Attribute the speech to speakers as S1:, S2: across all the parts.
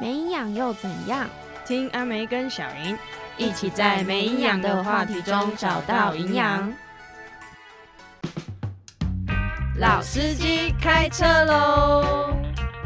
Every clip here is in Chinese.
S1: 没营养又怎样？
S2: 听阿梅跟小云
S1: 一起在没营养的话题中找到营养。
S2: 老司机开车喽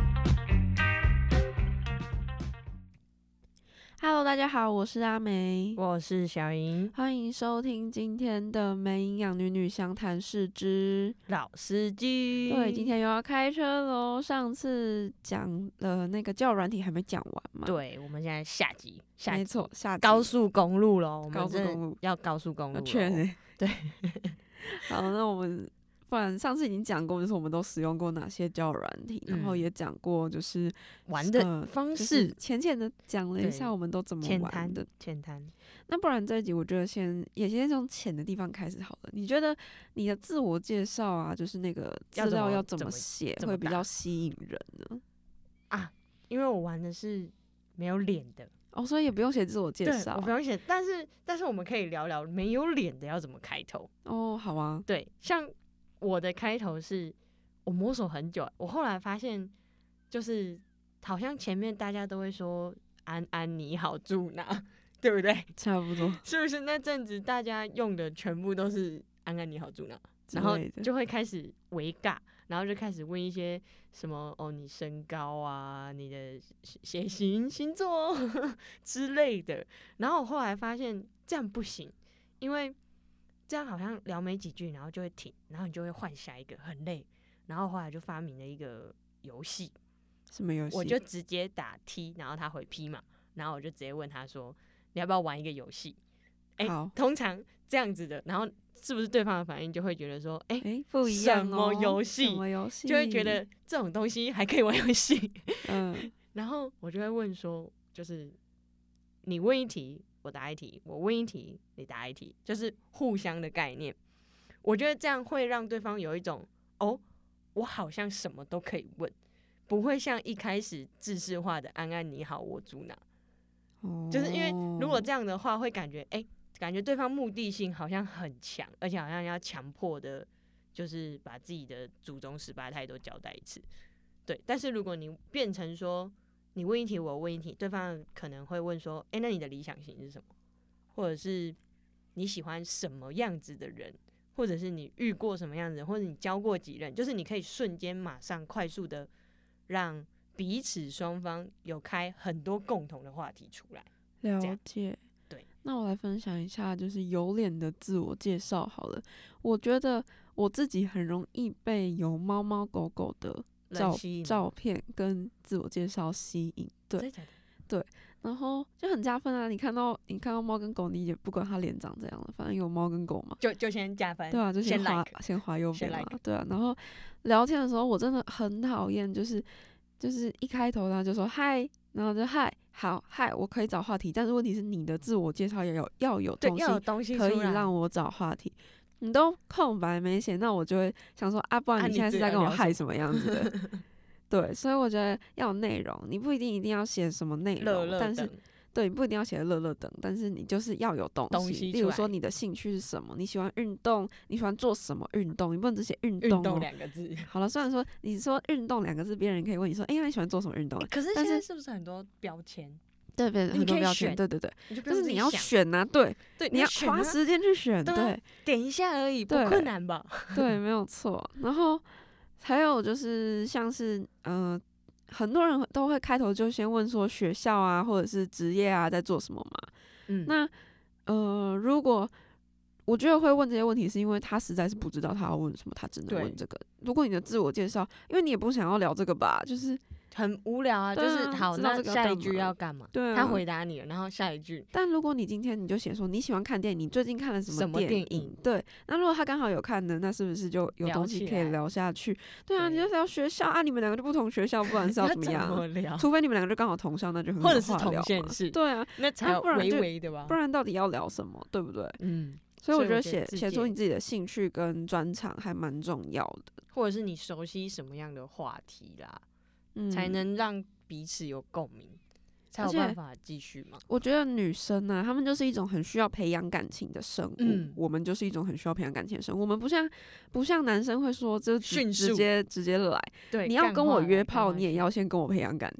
S1: ！Hello， 大家好，我是阿梅，
S2: 我是小云，
S1: 欢迎收听今天的没营养女女相谈室之
S2: 老司机。
S1: 对，今天又要开车喽。上次讲了那个交友软体还没讲完嘛？
S2: 对，我们现在下集，
S1: 没错，下集
S2: 高速公路咯，我们
S1: 高速公路
S2: 要高速公路咯，
S1: 确实
S2: 对。
S1: 好，那我们不然上次已经讲过，就是我们都使用过哪些交友软体，然后也讲过就是
S2: 玩的方式，
S1: 就是浅浅的讲了一下我们都怎么玩的。
S2: 浅谈。
S1: 那不然这一集我觉得先从浅的地方开始好了。你觉得你的自我介绍啊，就是那个资料要怎么写会比较吸引人呢？
S2: 啊，因为我玩的是没有脸的。
S1: 哦，所以也不用写自我介绍，
S2: 我不用写，但是我们可以聊聊没有脸的要怎么开头。
S1: 哦，好啊，
S2: 对，像我的开头是我摸索很久，我后来发现就是好像前面大家都会说安安你好住哪，对不对？
S1: 差不多，
S2: 是不是那阵子大家用的全部都是安安你好住哪，然后就会开始微尬，然后就开始问一些什么你身高啊，你的血型、星座之类的。然后我后来发现这样不行，因为这样好像聊没几句，然后就会停，然后你就会换下一个，很累。然后后来就发明了一个游戏，
S1: 什么游戏？
S2: 我就直接打 T， 然后他回 P 嘛，然后我就直接问他说：“你要不要玩一个游戏？”通常这样子的，然后是不是对方的反应就会觉得说：“
S1: 不一样
S2: 什么游戏？就会觉得这种东西还可以玩游戏。”然后我就会问说：“就是你问一题。”我答一题，我问一题，你答一题，就是互相的概念。我觉得这样会让对方有一种我好像什么都可以问，不会像一开始制式化的安安你好，我住哪。就是因为如果这样的话，会感觉对方目的性好像很强，而且好像要强迫的，就是把自己的祖宗十八代都交代一次。对，但是如果你变成说，你问一题，我问一题，对方可能会问说：“那你的理想型是什么？或者是你喜欢什么样子的人？或者是你遇过什么样子的人？或者你交过几任？”就是你可以瞬间马上快速的让彼此双方有开很多共同的话题出来。
S1: 了解。
S2: 对，
S1: 那我来分享一下，就是有脸的自我介绍好了。我觉得我自己很容易被有猫猫狗狗的照片跟自我介绍吸引，对，然后就很加分啊！你看到猫跟狗，你也不管它脸长怎样了，反正有猫跟狗嘛，
S2: 就先加分，
S1: 对啊，就先滑右边嘛，对啊。然后聊天的时候，我真的很讨厌，就是一开头他就说嗨，然后就嗨，好嗨，我可以找话题，但是问题是你的自我介绍要有东西可以让我找话题。你都空白没写，那我就会想说不然你现在是在跟我嗨什么样子的？对，所以我觉得要有内容，你不一定要写什么内容，但是对，你不一定要写乐乐等，但是你就是要有东西。例如说你的兴趣是什么，你喜欢运动，你喜欢做什么运动，你不能只写运动
S2: 2个字。
S1: 好了，虽然说你说运动2个字，别人可以问你说，那你喜欢做什么运动？
S2: 可是现在是不是很多标签？
S1: 对，很多标签，对，但是你要选啊，对，你要花时间去选，对，
S2: 点一下而已，不困难吧？
S1: 对，没有错。然后还有就是像是很多人都会开头就先问说学校啊，或者是职业啊在做什么嘛。那如果我觉得会问这些问题，是因为他实在是不知道他要问什么，他只能问这个。如果你的自我介绍，因为你也不想要聊这个吧，就是
S2: 很无聊啊，就是好，那下一句要干嘛？对，他回答你了，然后下一句。
S1: 但如果你今天你就写说你喜欢看电影，你最近看了什么电影？对，那如果他刚好有看的，那是不是就有东西可以聊下去？对啊，你就聊学校啊，你们2个就不同学校，不然是要怎么样？除非你们2个就刚好同校，那就很好话聊嘛，
S2: 或者是同县市。对
S1: 啊，
S2: 那才有微微的吧？
S1: 不然到底要聊什么？对不对？所以我觉得写出你自己的兴趣跟专长还蛮重要的，
S2: 或者是你熟悉什么样的话题啦，才能让彼此有共鸣，才有办法继续嘛。
S1: 我觉得女生啊，她们就是一种很需要培养感情的生物，我们就是一种很需要培养感情的生物。我们不像男生会说就直接来，
S2: 对，
S1: 你要跟我约炮，你也要先跟我培养感情。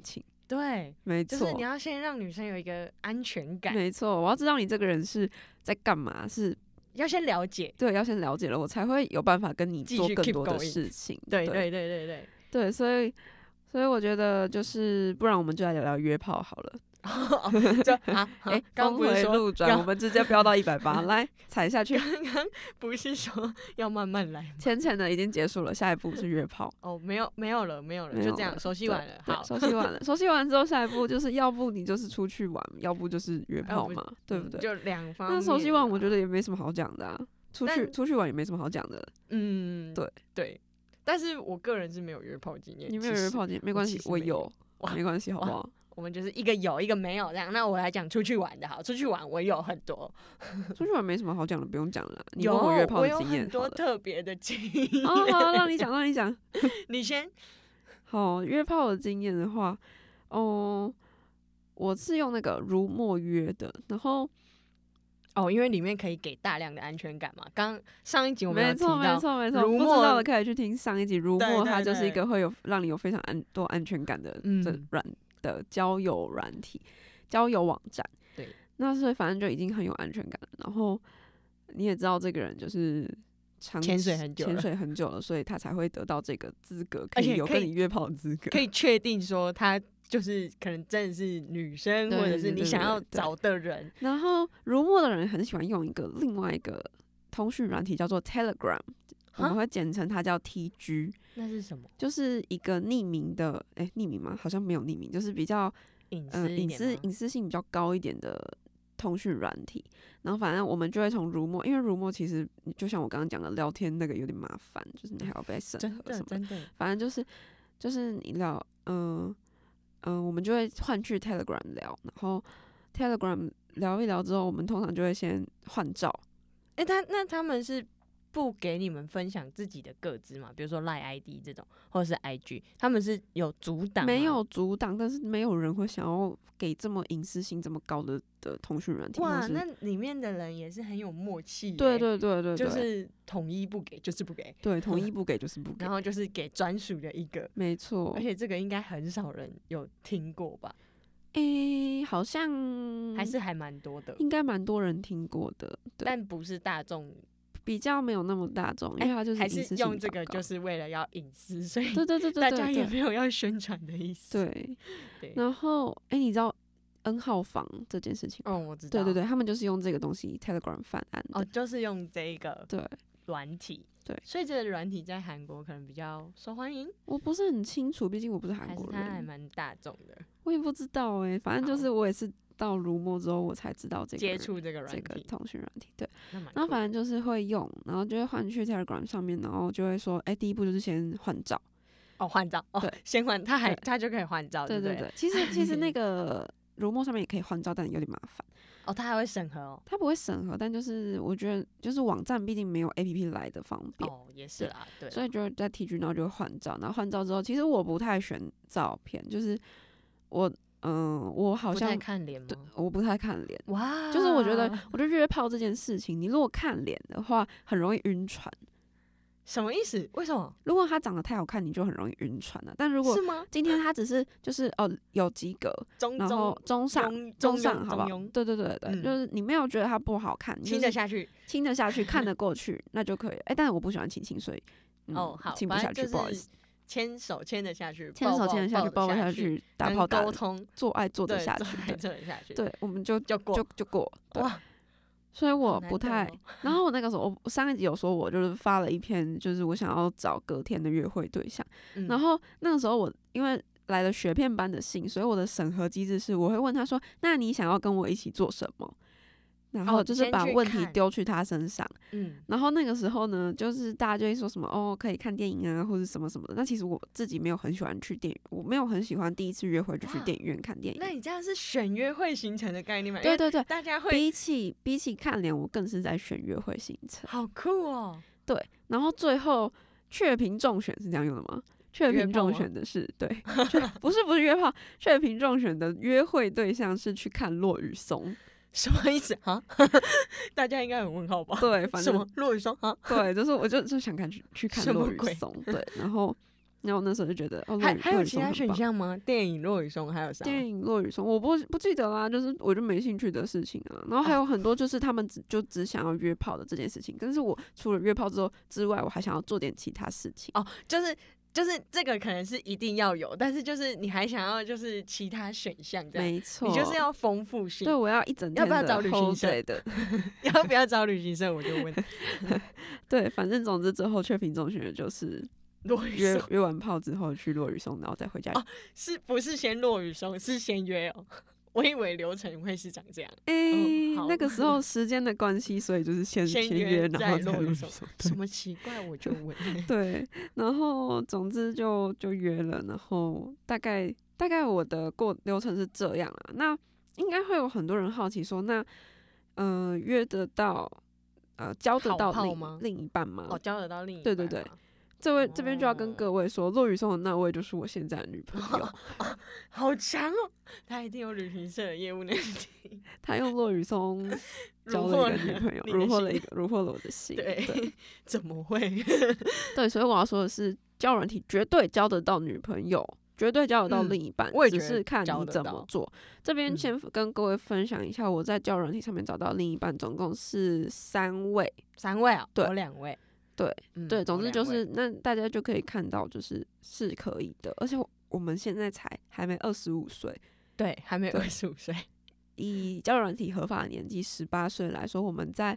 S2: 对，
S1: 没错，
S2: 就是你要先让女生有一个安全感。
S1: 没错，我要知道你这个人是在干嘛，是
S2: 要先了解，
S1: 对，要先了解了，我才会有办法跟你做更多的事情。
S2: 对对对对对
S1: 对，所以我觉得就是，不然我们就来聊聊约炮好了。
S2: 就刚
S1: 峰回路转，我们直接飙到180，来踩下去。
S2: 刚刚不是说要慢慢来吗？
S1: 浅的已经结束了，下一步是约炮。
S2: 哦，没有了，就这样熟悉完了。好，
S1: 熟悉完了，熟悉完之后，下一步就是要不你就是出去玩，要不就是约炮嘛，对不对？
S2: 就两方面。
S1: 那熟悉完，我觉得也没什么好讲的啊。出去玩也没什么好讲的。
S2: 对。但是我个人是没有约炮经验。
S1: 你没有约炮经验没关系，我有，没关系，好不好？
S2: 我们就是一个有一个没有这样。那我来讲出去玩的好，出去玩我有很多。
S1: 出去玩没什么好讲的，不用讲了。你问我约炮的经验，
S2: 我有很多特别的经验。
S1: 好，让你讲。
S2: 你先。
S1: 好，约炮的经验的话，我是用那个如墨约的，然后。
S2: 因为里面可以给大量的安全感嘛。刚上一集我们有提到，
S1: 没错。不知道的可以去听上一集。如墨它就是一个会有让你有非常多安全感的的交友软体、交友网站。
S2: 对，
S1: 那所以反正就已经很有安全感了。然后你也知道这个人就是
S2: 潜水
S1: 很久了，所以他才会得到这个资格，可以有跟你约炮的资格，
S2: 可以确定说他。就是可能真的是女生，或者是你想要找的人。
S1: 然后如墨的人很喜欢用另外一个通讯软体叫做 Telegram， 我们会简称它叫 TG。
S2: 那是什么？
S1: 就是一个匿名的，匿名吗？好像没有匿名，就是比较
S2: 隐
S1: 私性比较高一点的通讯软体。然后反正我们就会从如墨，因为如墨其实就像我刚刚讲的，聊天那个有点麻烦，就是你还要被审核什么的。
S2: 真的。
S1: 反正就是你聊，我们就会换去 Telegram 聊，然后 Telegram 聊一聊之后，我们通常就会先换照。
S2: 那他们是不给你们分享自己的个资嘛？比如说 LINE ID 这种，或者是 IG， 他们是有阻挡？
S1: 没有阻挡，但是没有人会想要给这么隐私性这么高的通讯软体。
S2: 哇，那里面的人也是很有默契。
S1: 对，
S2: 就是统一不给就是不给。
S1: 对，统一不给就是不给。
S2: 然后就是给专属的一个。
S1: 没错。
S2: 而且这个应该很少人有听过吧？
S1: 好像
S2: 还是还蛮多的，
S1: 应该蛮多人听过的，
S2: 但不是大众。
S1: 比较没有那么大众，因为它就是
S2: 还是用这个就是为了要隐私，所以
S1: 对，
S2: 大家也没有要宣传的意思。
S1: 对。然后你知道 N 号房这件事情？
S2: 我知道。
S1: 对，他们就是用这个东西 Telegram 犯案的。
S2: 就是用这个软体。
S1: 对，
S2: 所以这个软体在韩国可能比较受欢迎。
S1: 我不是很清楚，毕竟我不是韩国人。
S2: 它还蛮大众的。
S1: 我也不知道反正就是我也是到如墨之后我才知道
S2: 接触这个软体，
S1: 这个通讯软体。对，然后反正就是会用，然后就会换去 Telegram 上面，然后就会说，第一步就是先换照。
S2: 换照。对，先换，他就可以换照。对。
S1: 其实那个如墨上面也可以换照，但有点麻烦。
S2: 他还会审核哦。
S1: 他不会审核，但就是我觉得就是网站毕竟没有 APP 来的方便。
S2: 也是啦。对。
S1: 所以就在 TG， 然后就会换照，然后换照之后，其实我不太选照片，就是我好像
S2: 不太看脸吗？
S1: 我不太看脸。
S2: 哇，
S1: 就是我觉得约炮这件事情，你如果看脸的话，很容易晕船。
S2: 什么意思？为什么？
S1: 如果他长得太好看，你就很容易晕船了。但如果今天他只是就是有及格，然后中上，好不好？对，就是你没有觉得他不好看，
S2: 亲得下去，
S1: 看得过去，那就可以。但是我不喜欢亲，所以
S2: 好，
S1: 亲不下去，不好意思。
S2: 牵手牵得下去，
S1: 抱抱下去，打炮打
S2: 沟通，
S1: 做爱做得下去，对，我们就过。哇！所以我不太，然后我那个时候，我上一集有说，我就是发了一篇，就是我想要找隔天的约会对象。然后那个时候我因为来了雪片般的信，所以我的审核机制是，我会问他说：“那你想要跟我一起做什么？”然后就是把问题丢去他身上。然后那个时候呢，就是大家就会说什么可以看电影啊，或者什么什么的。那其实我自己没有很喜欢去电影，我没有很喜欢第一次约会就去电影院看电影。
S2: 那你这样是选约会行程的概念吗？
S1: 对，
S2: 大家会
S1: 比起看脸，我更是在选约会行程。
S2: 好酷哦！
S1: 对，然后最后确评中选是这样用的吗？确评中选的是对，不是约炮，确评中选的约会对象是去看落羽松。
S2: 什么意思啊？大家应该很问号吧？
S1: 对，反正
S2: 什么落羽松啊？
S1: 对，就是我就想去看落羽松。对，然后然后那时候就觉得
S2: 还有其他选项吗？电影落雨松还有啥？
S1: 电影落雨松我不记得啦，就是我就没兴趣的事情啊。然后还有很多就是他们只想要约炮的这件事情，但是我除了约炮之外，我还想要做点其他事情。
S2: 就是这个可能是一定要有，但是就是你还想要就是其他选项这样，
S1: 没错，
S2: 你就是要丰富性。
S1: 对，我要一整天的 whole day 的。
S2: 要不要找旅行社的？要不要找旅行社？我就问。
S1: 对，反正总之之后确评中选的就是约完炮之后去落雨松，然后再回家。
S2: 是不是先落雨松？是先约哦。我以为流程会是长这样。
S1: 那个时候时间的关系，所以就是先约，然后再落雨松。
S2: 什么奇怪，我就问。
S1: 对，然后总之就约了，然后大概我的流程是这样啊。那应该会有很多人好奇说，那约得到交得到另一半吗？
S2: 交得到另一半。
S1: 对对对。这边就要跟各位说，落雨松的那位就是我现在的女朋友。
S2: 好强哦！他一定有旅行社的业务能力。
S1: 他用落雨松交了一个女朋友，虏获了我的心。对，
S2: 怎么会？
S1: 对，所以我要说的是，交友软体绝对交得到女朋友，绝对交得到另一半，只是看你怎么做。这边先跟各位分享一下，我在交友软体上面找到另一半，总共是3位。
S2: 3位啊？
S1: 对，
S2: 有2位。
S1: 对，总之就是那大家就可以看到，就是可以的，而且我们现在还没25岁，
S2: 对，还没25岁。
S1: 以交友软体合法的年纪18岁来说，我们在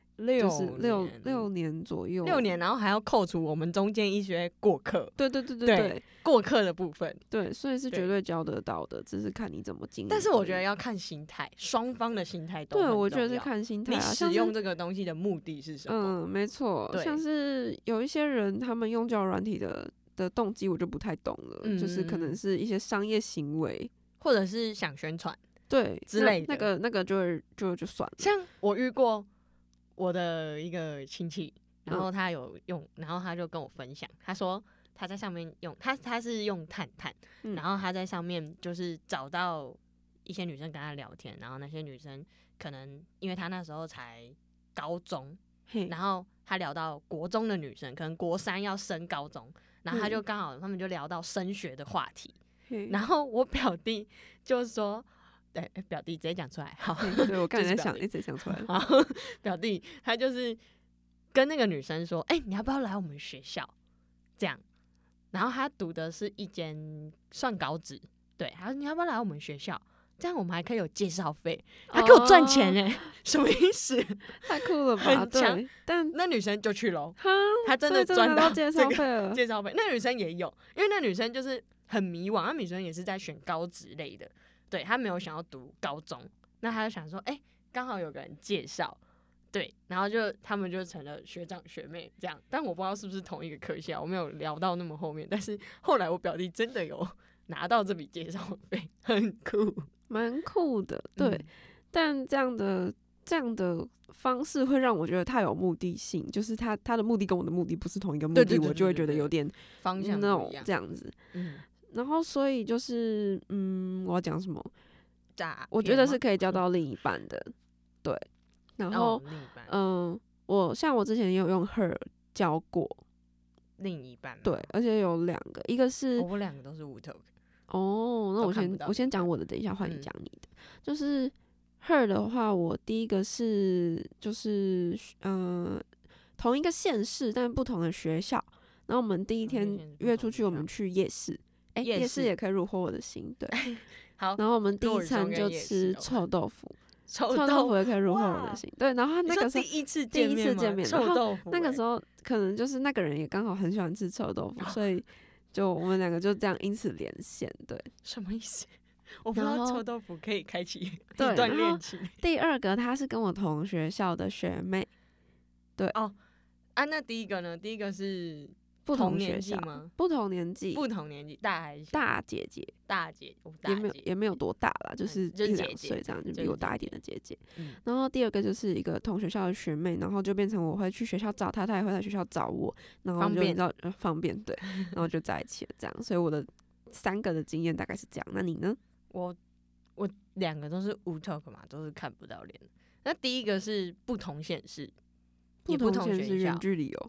S1: 6年左右
S2: ，6年，然后还要扣除我们中间一些过客。
S1: 对，
S2: 过客的部分。
S1: 对，所以是绝对交得到的，只是看你怎么经营。
S2: 但是我觉得要看心态，双方的心态都很重要。
S1: 对，我觉得是看心态。
S2: 你使用这个东西的目的是什么？
S1: 没错。像是有一些人，他们用交友软体的动机，我就不太懂了，就是可能是一些商业行为，
S2: 或者是想宣传，
S1: 对
S2: 之类的。
S1: 那个就算了。
S2: 像我遇过我的一个亲戚，然后他有用，然后他就跟我分享，他说他在上面用，他是用探探，然后他在上面就是找到一些女生跟他聊天，然后那些女生可能因为他那时候才高中，然后他聊到国中的女生，可能国3要升高中，然后他就刚好他们就聊到升学的话题，然后我表弟就说。对，表弟直接讲出来。好，
S1: 对，我刚才在想，一直想出来了。
S2: 然后表弟他就是跟那个女生说：“你要不要来我们学校？”这样，然后他读的是一间算高职，对，他说：“你要不要来我们学校？这样我们还可以有介绍费，他给我赚钱什么意思？
S1: 太酷了吧！
S2: 很强。
S1: 但
S2: 那女生就去了，
S1: 他
S2: 真的赚到
S1: 介绍费了。
S2: 介绍费，那女生也有，因为那女生就是很迷惘，那女生也是在选高职类的。对，他没有想要读高中，那他就想说，刚好有个人介绍，对，然后他们就成了学长学妹这样。但我不知道是不是同一个科系，我没有聊到那么后面。但是后来我表弟真的有拿到这笔介绍费，很酷，
S1: 蛮酷的，对。但这样的方式会让我觉得他有目的性，就是他的目的跟我的目的不是同一个目的，
S2: 对，
S1: 我就会觉得有点
S2: 方向不一样
S1: 这样子。然后所以就是我要讲什么？我觉得是可以交到另一半的，对。然后我之前也有用 Her 交过
S2: 另一半，
S1: 对，而且有2个，一个是
S2: 我2个都是无头。
S1: 那我先讲我的，等一下换你讲你的。就是 Her 的话，我第一个是就是同一个县市但不同的学校，然后我们第一天约出去，我们去夜市。夜市也可以虏获我的心，对。
S2: 好，
S1: 然后我们第一餐就吃臭豆腐，臭豆腐也可以虏获我的心，对。然后那个时候
S2: 第一次见面，
S1: 臭豆腐，那个时候可能就是那个人也刚好很喜欢吃臭豆腐，所以就我们2个就这样因此连线，对。
S2: 什么意思？我不知道臭豆腐可以开启一段恋情。
S1: 第2个她是跟我同学校的学妹，对。
S2: 那第一个呢？第一个是
S1: 不同学校吗？不同年纪，
S2: 大还是小？
S1: 大姐姐，也没有多大啦，就是1-2岁这样，就比我大一点的姐姐。然后第2个就是一个同学校的学妹，然后就变成我会去学校找她，她也会来学校找我，然后就你知道方便对，然后就在一起了这样。所以我的3个的经验大概是这样。那你呢？
S2: 我2个都是无 talk 嘛，都是看不到脸。那第一个是不同县市，也不同学校，
S1: 远距离哦。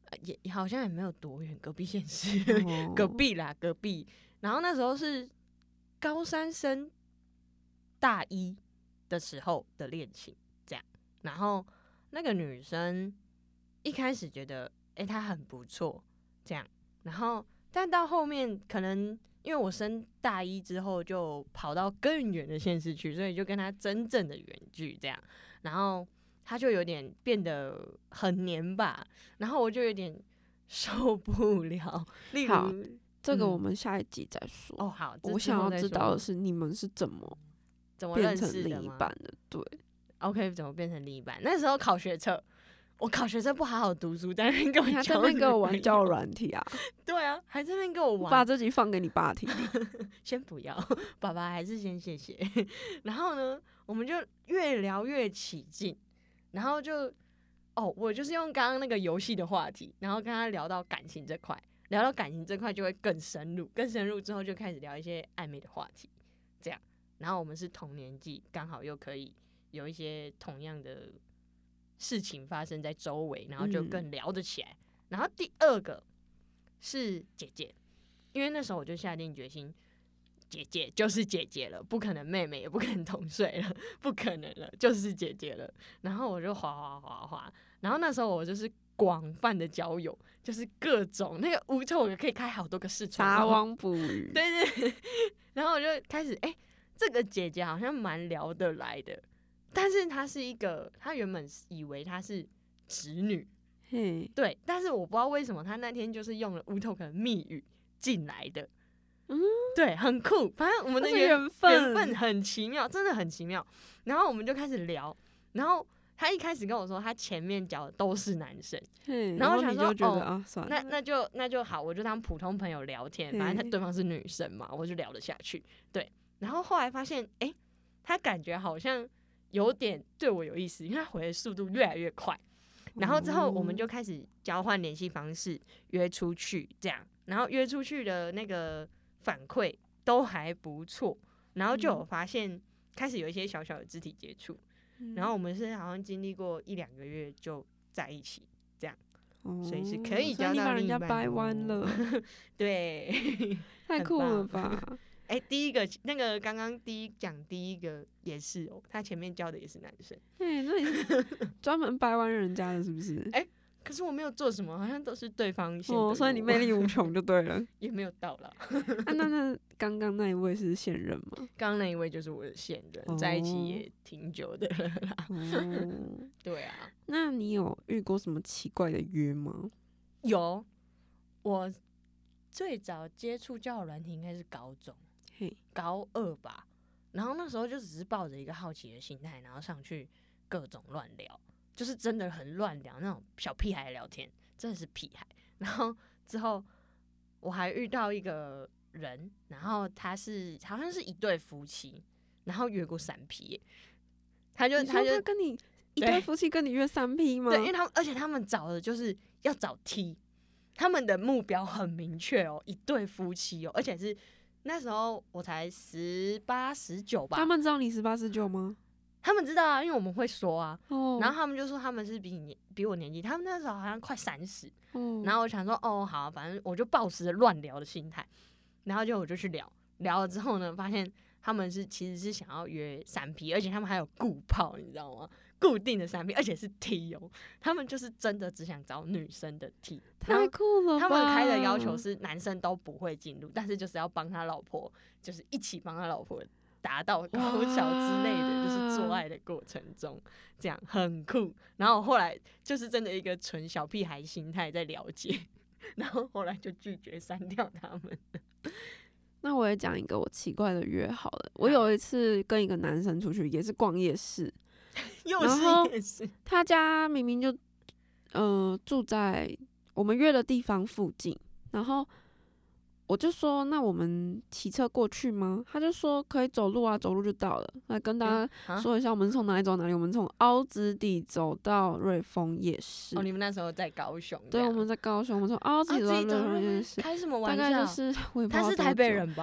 S2: 也好像也没有多远，隔壁县市，隔壁啦，隔壁。然后那时候是高三升大一的时候的恋情，这样。然后那个女生一开始觉得，她很不错，这样。然后但到后面可能因为我升大一之后就跑到更远的县市去，所以就跟她真正的远距这样。然后她就有点变得很黏吧，然后我就有点受不了。例如，
S1: 这个我们下一集再说。
S2: 哦，好，
S1: 我想要知道的是你们是怎么变成另一半的？对
S2: ，OK， 怎么变成另一半？那时候考学测，我考学测不好好读书，在那边跟我
S1: 还在那边给我玩交友软体啊？
S2: 对啊，还在那边跟我玩。
S1: 把这集放给你爸听。
S2: 先不要，爸爸还是先谢谢。然后呢，我们就越聊越起劲，然后就我就是用刚刚那个游戏的话题，然后跟他聊到感情这块。聊到感情这块就会更深入，更深入之后就开始聊一些暧昧的话题，这样。然后我们是同年纪，刚好又可以有一些同样的事情发生在周围，然后就更聊得起来。然后第二个是姐姐，因为那时候我就下定决心，姐姐就是姐姐了，不可能妹妹，也不可能同岁了，不可能了，就是姐姐了。然后我就滑，然后那时候我就是广泛的交友，就是各种那个无臭我可以开好多个视窗，
S1: 撒网捕鱼。
S2: 对，然后我就开始这个姐姐好像蛮聊得来的，但是她是一个，她原本以为她是直女，对，但是我不知道为什么她那天就是用了无头的密语进来的，对，很酷，反正我们的缘分很奇妙，真的很奇妙。然后我们就开始聊，然后他一开始跟我说他前面交的都是男生，然后我想说算了，那就好，我就当普通朋友聊天，反正对方是女生嘛，我就聊得下去。对，然后后来发现他感觉好像有点对我有意思，因为他回的速度越来越快。然后之后我们就开始交换联系方式，约出去这样，然后约出去的那个反馈都还不错，然后就有发现开始有一些小小的肢体接触。然后我们是好像经历过1-2个月就在一起，这样，所以是可以交到另一半。
S1: 所以你把人家掰弯了，
S2: 对，
S1: 太酷了吧！
S2: 第一个那个刚刚讲第一个也是他前面交的也是男生。
S1: 那你是专门掰弯人家的，是不是？
S2: 可是我没有做什么，好像都是对方先对我。
S1: 所以你魅力无穷就对了。
S2: 也没有到啦。
S1: 那刚刚那一位是现任吗？
S2: 刚刚那一位就是我的现任，在一起也挺久的了啦。对啊。
S1: 那你有遇过什么奇怪的约吗？
S2: 有，我最早接触交友软体应该是高中，高2吧。然后那时候就只是抱着一个好奇的心态，然后上去各种乱聊。就是真的很乱聊，那种小屁孩聊天，真的是屁孩。然后之后我还遇到一个人，然后他好像是一对夫妻，然后约过3P。他
S1: 跟你一对夫妻跟你约3P 吗？
S2: 对，因为而且他们找的就是要找 T， 他们的目标很明确一对夫妻而且是那时候我才18、19吧。
S1: 他们知道你18、19吗？
S2: 他们知道啊，因为我们会说啊，然后他们就说他们是比我年纪，他们那时候好像快30，然后我想说好，反正我就抱持着乱聊的心态，然后我就去聊了之后呢，发现他们其实是想要约3P，而且他们还有固炮，你知道吗？固定的3P，而且是 T 他们就是真的只想找女生的 T，
S1: 太酷了吧！
S2: 他们开的要求是男生都不会进入，但是就是要帮他老婆，就是一起帮他老婆达到高潮之类的，就是做爱的过程中，这样很酷。然后后来就是真的一个纯小屁孩心态在了解，然后后来就拒绝删掉他们。
S1: 那我也讲一个我奇怪的约好了。我有一次跟一个男生出去，也是逛夜市，
S2: 又是夜市。
S1: 他家明明就住在我们约的地方附近，然后我就说那我们骑车过去吗？他就说可以走路啊，走路就到了。来跟大家说一下，我们从哪里走哪里？我们从凹子底走到瑞丰夜市。
S2: 你们那时候在高雄？
S1: 对，我们在高雄，我们从凹子底走到瑞丰夜市。
S2: 开什么玩笑？
S1: 大概就是我也不知道
S2: 他是台北人吧？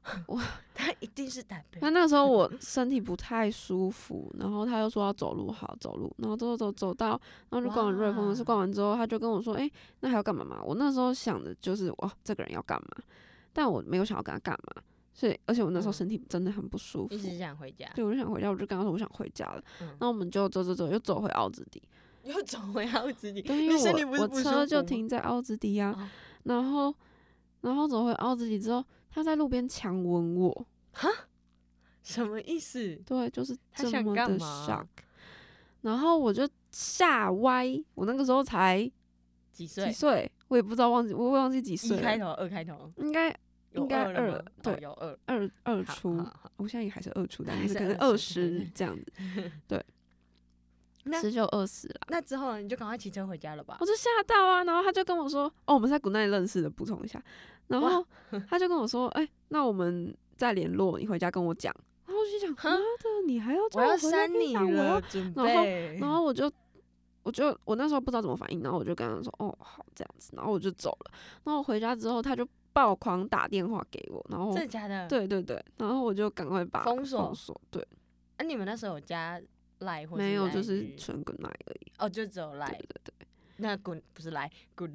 S2: 他一定是台北。
S1: 那时候我身体不太舒服，然后他又说要走路，然后走到，然后就逛完瑞丰，逛完之后他就跟我说，那还要干嘛吗？我那时候想的就是哇，这个人要干嘛？但我没有想要跟他干嘛，所以而且我那时候身体真的很不舒服，
S2: 一直想回家。
S1: 对，我就想回家，我就跟他说我想回家了。然后我们就走，又走回凹子底，
S2: 对，
S1: 因为我车就停在凹子底啊。然后走回凹子底之后，他在路边强吻我。
S2: 哈？什么意思？
S1: 对，就是这么的 shock。然后我就吓歪，我那个时候才
S2: 几岁？
S1: 我也不知道我忘记几岁。
S2: 1开头2开头？
S1: 应该2，对，
S2: 有
S1: 2出。我现在也还是2出，但是可能20这样子。对，19、20啦。
S2: 那之后你就赶快骑车回家了吧？
S1: 我就吓到啊，然后他就跟我说，我们在古奈认识的，补充一下。然后他就跟我说，那我们再联络，你回家跟我讲。然后我就想，妈的，你还要叫我回家
S2: 删你了，准备。
S1: 然后我那时候不知道怎么反应，然后我就跟他说，好这样子，然后我就走了。然后我回家之后，他就爆狂打电话给我，然后
S2: 真的假的？
S1: 对，然后我就赶快把
S2: 封锁。
S1: 对。
S2: 你们那时候有加赖或者
S1: 没有，就是纯 good night 而已。
S2: 就只有赖。
S1: 对。
S2: 那 good 不是赖 good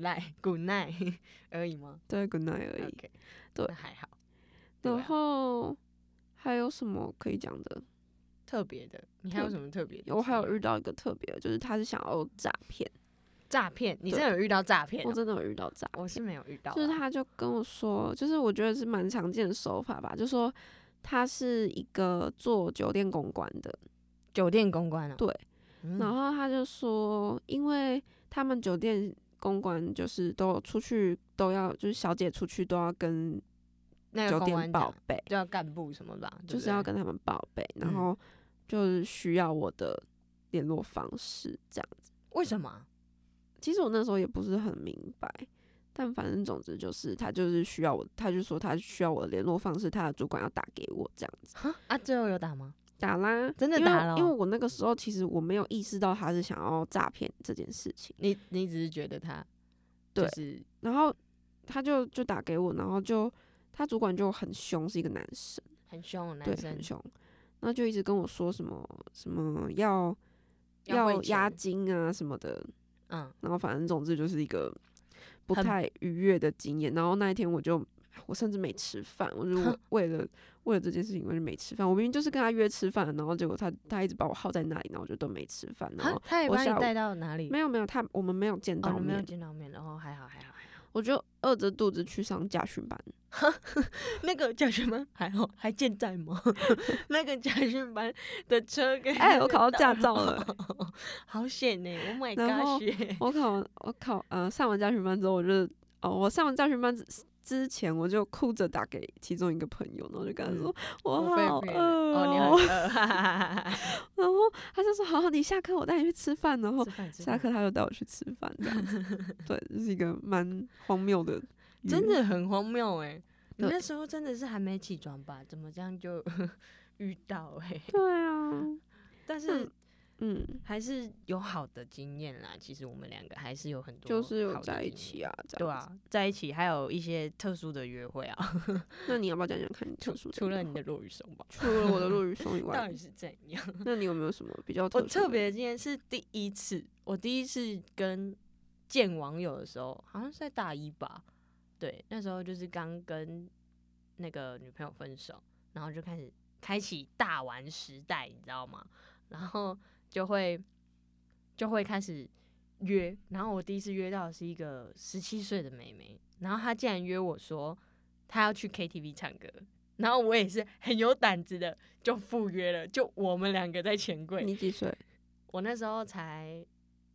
S2: night 而已吗？
S1: 对 ，good night 而已。
S2: Okay,
S1: 对，
S2: 那还好。
S1: 然后还有什么可以讲的？
S2: 特别的？你还有什么特别的？
S1: 我还有遇到一个特别的，就是他是想要诈骗。
S2: 诈骗？你真的有遇到诈骗？
S1: 我真的有遇到诈骗。
S2: 我是没有遇到。
S1: 就是他就跟我说，就是我觉得是蛮常见的手法吧，就说他是一个做酒店公关的。
S2: 酒店公关啊？
S1: 对。然后他就说，因为他们酒店公关就是都出去都要，就是小姐出去都要跟酒店报备，
S2: 就要干部什么吧，
S1: 就是要跟他们报备，然后就是需要我的联络方式这样子。
S2: 为什么？
S1: 其实我那时候也不是很明白，但反正总之就是他就是需要我，他就说他需要我的联络方式，他的主管要打给我这样子。
S2: 最后有打吗？
S1: 打啦，
S2: 真的打了。
S1: 因为我那个时候其实我没有意识到他是想要诈骗这件事情。
S2: 你只是觉得他，
S1: 对，然后他就打给我，然后他主管就很凶，是一个男生，
S2: 很凶的男生，
S1: 对，很凶，然后就一直跟我说什么要押金啊什么的，然后反正总之就是一个不太愉悦的经验。然后那一天我甚至没吃饭，我就为了这件事情我就没吃饭。我明明就是跟他约吃饭，然后结果他一直把我耗在那里，然后我就都没吃饭。然后
S2: 他也把你带到哪里？
S1: 没有，我们没有见到面，
S2: 没有见到面，然后还好。
S1: 我就饿着肚子去上驾训班。
S2: 那个驾训班还好，还健在吗？那个驾训班的车跟
S1: 我考到驾照了，
S2: 好险呢 ！Oh my god！
S1: 然后我考上完驾训班之后，我上完驾训班之前我就哭着打给其中一个朋友，然后就跟他说我好饿
S2: 你很饿，
S1: 然后他就说好，你下课我带你去吃饭，然后下课他就带我去吃饭，这样子。对，这是一个蛮荒谬的，
S2: 真的很荒谬哎！你那时候真的是还没起床吧？怎么这样就遇到
S1: 对啊，
S2: 但是还是有好的经验啦。其实我们两个还是有很多
S1: 就是有在一起啊，
S2: 对啊，在一起还有一些特殊的约会啊。
S1: 那你要不要讲讲看你特殊的？
S2: 除了你的落羽松吧，
S1: 除了我的落羽松以外，
S2: 到底是怎样？
S1: 那你有没有什么比较
S2: 我特别的经验？是第一次跟见网友的时候，好像是在大一吧。对，那时候就是刚跟那个女朋友分手，然后就开启大玩时代，你知道吗？然后就会开始约，然后我第一次约到的是一个17岁的妹妹，然后她竟然约我说她要去 KTV 唱歌，然后我也是很有胆子的就赴约了，就我们两个在钱柜。
S1: 你几岁？
S2: 我那时候才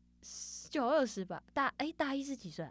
S2: 19、20吧，大一是几岁啊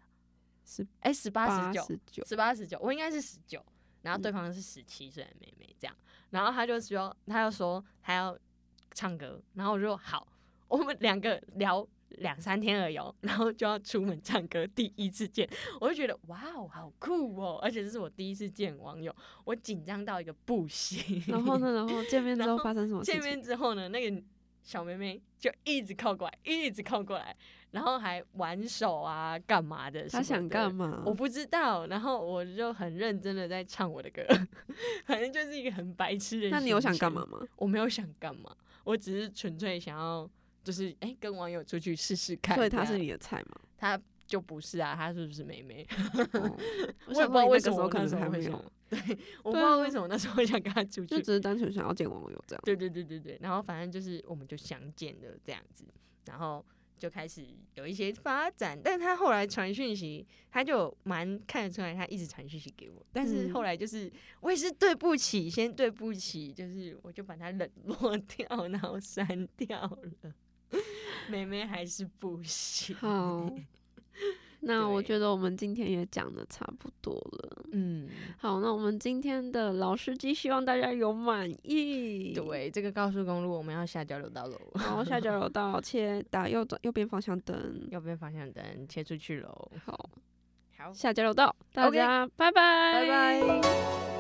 S2: ？18、19，我应该是19，然后对方是17岁的妹妹这样，然后他就说他要唱歌，然后我就好，我们两个聊2-3天而已，然后就要出门唱歌，第一次见，我就觉得哇哦，好酷哦，而且这是我第一次见网友，我紧张到一个不行。
S1: 然后呢？然后见面之后发生什么事情？
S2: 见面之后呢，那个小妹妹就一直靠过来， 然后还玩手啊，干嘛的？
S1: 他想干嘛？
S2: 我不知道。然后我就很认真的在唱我的歌，反正就是一个很白痴的。
S1: 那你有想干嘛吗？
S2: 我没有想干嘛，我只是纯粹想要，就是跟网友出去试试看。
S1: 所以他是你的菜吗？
S2: 他就不是啊，他是不是妹妹？
S1: 我
S2: 也不知道为什么
S1: 我那时候
S2: 会想，对，我不知道为什么那时候会想跟他出去，
S1: 就只是单纯想要见网友这样。
S2: 对，然后反正就是我们就相见了这样子，然后就开始有一些发展。但他后来传讯息，他就蛮看得出来，他一直传讯息给我，但是后来就是我也是对不起，先对不起，就是我就把他冷落掉，然后删掉了。妹妹还是不行。
S1: 好，那我觉得我们今天也讲的差不多了。好，那我们今天的老司机希望大家有满意。
S2: 对，这个高速公路我们要下交流道喽。
S1: 好，下交流道切打右边方向灯，
S2: 右边方向灯切出去喽。
S1: 好，
S2: 好，
S1: 下交流道，大家拜拜，
S2: 拜拜。